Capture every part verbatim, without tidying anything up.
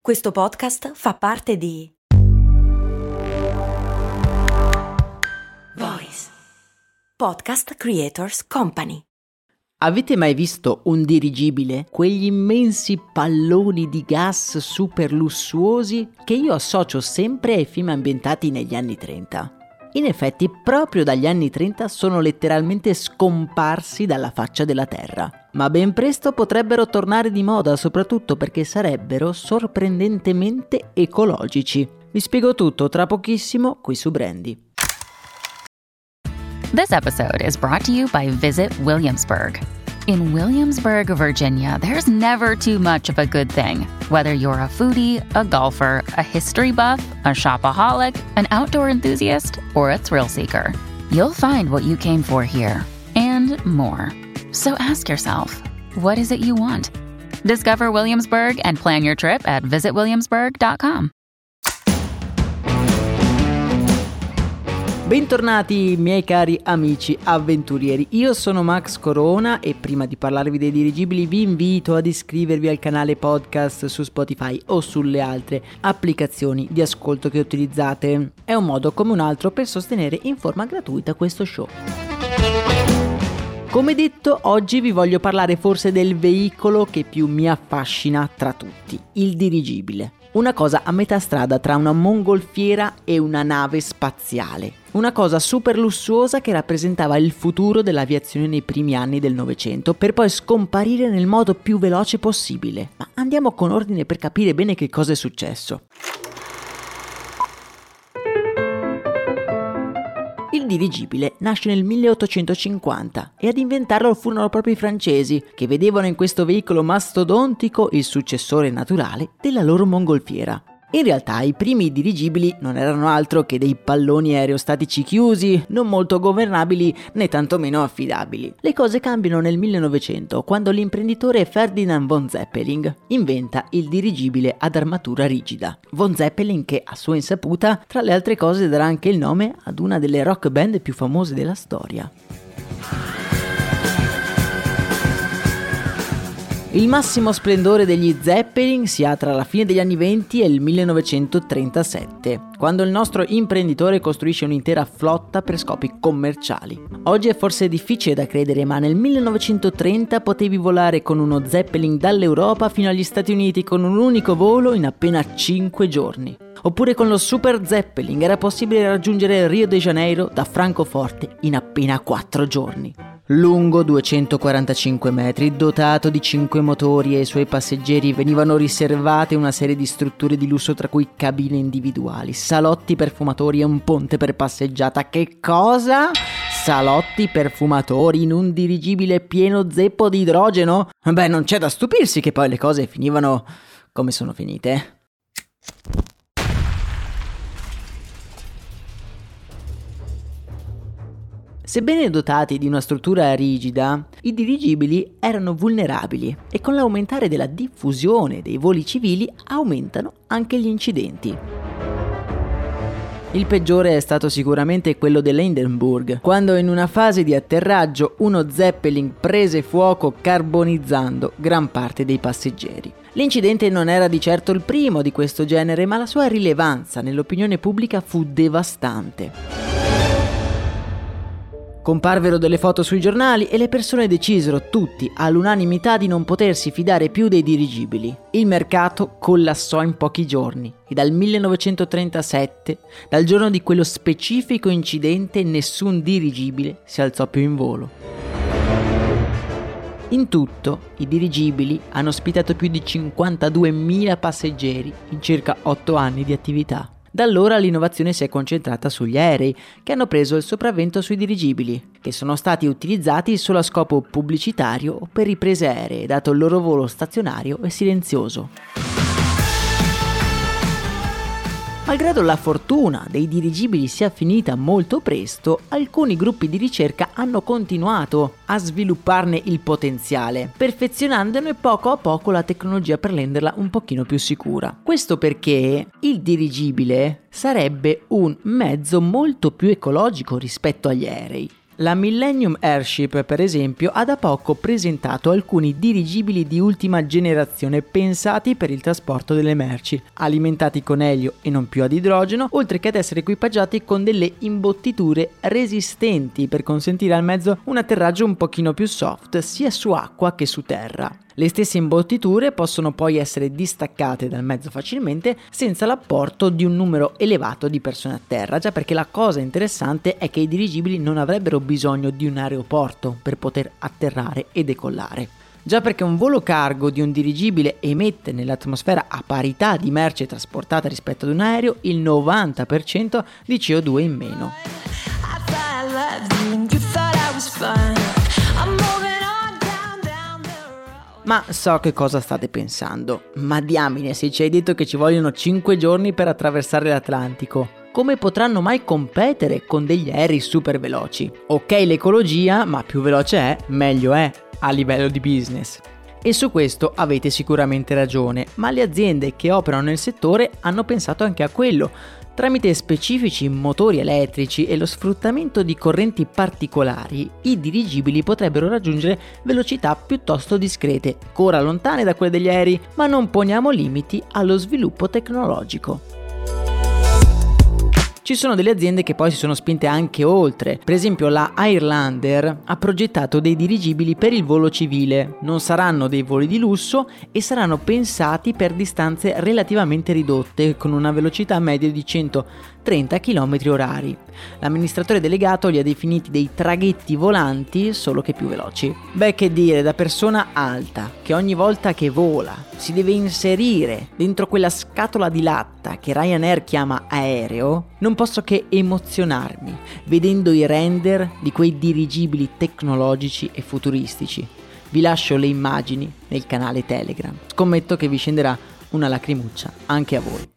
Questo podcast fa parte di Voice Podcast Creators Company. Avete mai visto un dirigibile? Quegli immensi palloni di gas super lussuosi che io associo sempre ai film ambientati negli anni trenta. In effetti, proprio dagli anni trenta sono letteralmente scomparsi dalla faccia della Terra. Ma ben presto potrebbero tornare di moda, soprattutto perché sarebbero sorprendentemente ecologici. Vi spiego tutto tra pochissimo qui su Brandy. This episode is brought to you by Visit Williamsburg. In Williamsburg, Virginia, there's never too much of a good thing. Whether you're a foodie, a golfer, a history buff, a shopaholic, an outdoor enthusiast, or a thrill seeker, you'll find what you came for here and more. So ask yourself, what is it you want? Discover Williamsburg and plan your trip at visit williamsburg dot com. Bentornati miei cari amici avventurieri, io sono Max Corona e prima di parlarvi dei dirigibili vi invito ad iscrivervi al canale podcast su Spotify o sulle altre applicazioni di ascolto che utilizzate. È un modo come un altro per sostenere in forma gratuita questo show. Come detto, oggi vi voglio parlare forse del veicolo che più mi affascina tra tutti, il dirigibile. Una cosa a metà strada tra una mongolfiera e una nave spaziale. Una cosa super lussuosa che rappresentava il futuro dell'aviazione nei primi anni del Novecento, per poi scomparire nel modo più veloce possibile. Ma andiamo con ordine per capire bene che cosa è successo. Il dirigibile nasce nel milleottocentocinquanta e ad inventarlo furono proprio i francesi, che vedevano in questo veicolo mastodontico il successore naturale della loro mongolfiera. In realtà i primi dirigibili non erano altro che dei palloni aerostatici chiusi, non molto governabili né tantomeno affidabili. Le cose cambiano nel millenovecento, quando l'imprenditore Ferdinand von Zeppelin inventa il dirigibile ad armatura rigida. Von Zeppelin che, a sua insaputa, tra le altre cose darà anche il nome ad una delle rock band più famose della storia. Il massimo splendore degli Zeppelin si ha tra la fine degli anni venti e il millenovecentotrentasette, quando il nostro imprenditore costruisce un'intera flotta per scopi commerciali. Oggi è forse difficile da credere, ma nel millenovecentotrenta potevi volare con uno Zeppelin dall'Europa fino agli Stati Uniti con un unico volo in appena cinque giorni. Oppure con lo Super Zeppelin era possibile raggiungere Rio de Janeiro da Francoforte in appena quattro giorni. Lungo duecentoquarantacinque metri, dotato di cinque motori e ai suoi passeggeri venivano riservate una serie di strutture di lusso tra cui cabine individuali, salotti per fumatori e un ponte per passeggiata. Che cosa? Salotti per fumatori in un dirigibile pieno zeppo di idrogeno? Beh, non c'è da stupirsi che poi le cose finivano come sono finite. Sebbene dotati di una struttura rigida, i dirigibili erano vulnerabili e con l'aumentare della diffusione dei voli civili aumentano anche gli incidenti. Il peggiore è stato sicuramente quello dell'Hindenburg, quando in una fase di atterraggio uno Zeppelin prese fuoco carbonizzando gran parte dei passeggeri. L'incidente non era di certo il primo di questo genere, ma la sua rilevanza nell'opinione pubblica fu devastante. Comparvero delle foto sui giornali e le persone decisero tutti all'unanimità di non potersi fidare più dei dirigibili. Il mercato collassò in pochi giorni e dal millenovecentotrentasette, dal giorno di quello specifico incidente, nessun dirigibile si alzò più in volo. In tutto, i dirigibili hanno ospitato più di cinquantaduemila passeggeri in circa otto anni di attività. Da allora l'innovazione si è concentrata sugli aerei, che hanno preso il sopravvento sui dirigibili, che sono stati utilizzati solo a scopo pubblicitario o per riprese aeree, dato il loro volo stazionario e silenzioso. Malgrado la fortuna dei dirigibili sia finita molto presto, alcuni gruppi di ricerca hanno continuato a svilupparne il potenziale, perfezionandone poco a poco la tecnologia per renderla un pochino più sicura. Questo perché il dirigibile sarebbe un mezzo molto più ecologico rispetto agli aerei. La Millennium Airship, per esempio, ha da poco presentato alcuni dirigibili di ultima generazione pensati per il trasporto delle merci, alimentati con elio e non più ad idrogeno, oltre che ad essere equipaggiati con delle imbottiture resistenti per consentire al mezzo un atterraggio un pochino più soft sia su acqua che su terra. Le stesse imbottiture possono poi essere distaccate dal mezzo facilmente senza l'apporto di un numero elevato di persone a terra, già perché la cosa interessante è che i dirigibili non avrebbero bisogno di un aeroporto per poter atterrare e decollare. Già perché un volo cargo di un dirigibile emette nell'atmosfera a parità di merce trasportata rispetto ad un aereo il novanta per cento di C O due in meno. Ma so che cosa state pensando. Ma diamine, se ci hai detto che ci vogliono cinque giorni per attraversare l'Atlantico, come potranno mai competere con degli aerei super veloci? Ok l'ecologia, ma più veloce è, meglio è, a livello di business. E su questo avete sicuramente ragione, ma le aziende che operano nel settore hanno pensato anche a quello. Tramite specifici motori elettrici e lo sfruttamento di correnti particolari, i dirigibili potrebbero raggiungere velocità piuttosto discrete, ancora lontane da quelle degli aerei, ma non poniamo limiti allo sviluppo tecnologico. Ci sono delle aziende che poi si sono spinte anche oltre. Per esempio la Airlander ha progettato dei dirigibili per il volo civile. Non saranno dei voli di lusso e saranno pensati per distanze relativamente ridotte, con una velocità media di centotrenta chilometri orari. L'amministratore delegato li ha definiti dei traghetti volanti, solo che più veloci. Beh, che dire, da persona alta, che ogni volta che vola si deve inserire dentro quella scatola di latta che Ryanair chiama aereo, non posso che emozionarmi vedendo i render di quei dirigibili tecnologici e futuristici. Vi lascio le immagini nel canale Telegram. Scommetto che vi scenderà una lacrimuccia anche a voi.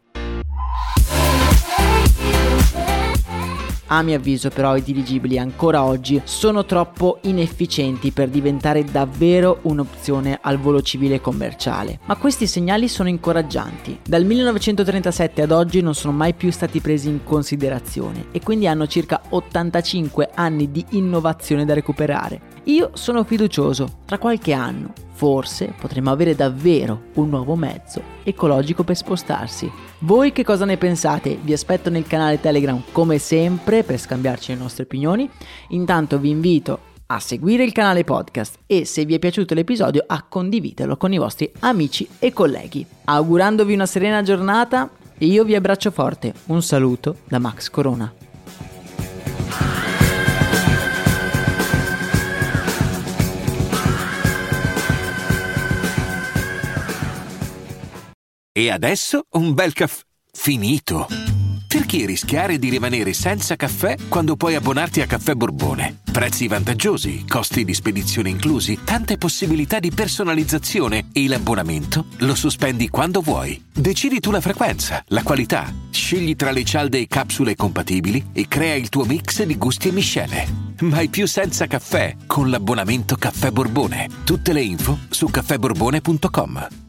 A mio avviso però i dirigibili ancora oggi sono troppo inefficienti per diventare davvero un'opzione al volo civile commerciale, ma questi segnali sono incoraggianti. Dal millenovecentotrentasette ad oggi non sono mai più stati presi in considerazione e quindi hanno circa ottantacinque anni di innovazione da recuperare. Io sono fiducioso, tra qualche anno forse potremo avere davvero un nuovo mezzo ecologico per spostarsi. Voi che cosa ne pensate? Vi aspetto nel canale Telegram come sempre per scambiarci le nostre opinioni. Intanto vi invito a seguire il canale podcast e se vi è piaciuto l'episodio a condividerlo con i vostri amici e colleghi. Augurandovi una serena giornata, io vi abbraccio forte. Un saluto da Max Corona. E adesso un bel caffè finito. Perché rischiare di rimanere senza caffè quando puoi abbonarti a Caffè Borbone? Prezzi vantaggiosi, costi di spedizione inclusi, tante possibilità di personalizzazione e l'abbonamento lo sospendi quando vuoi. Decidi tu la frequenza, la qualità, scegli tra le cialde e capsule compatibili e crea il tuo mix di gusti e miscele. Mai più senza caffè con l'abbonamento Caffè Borbone. Tutte le info su caffè borbone punto com.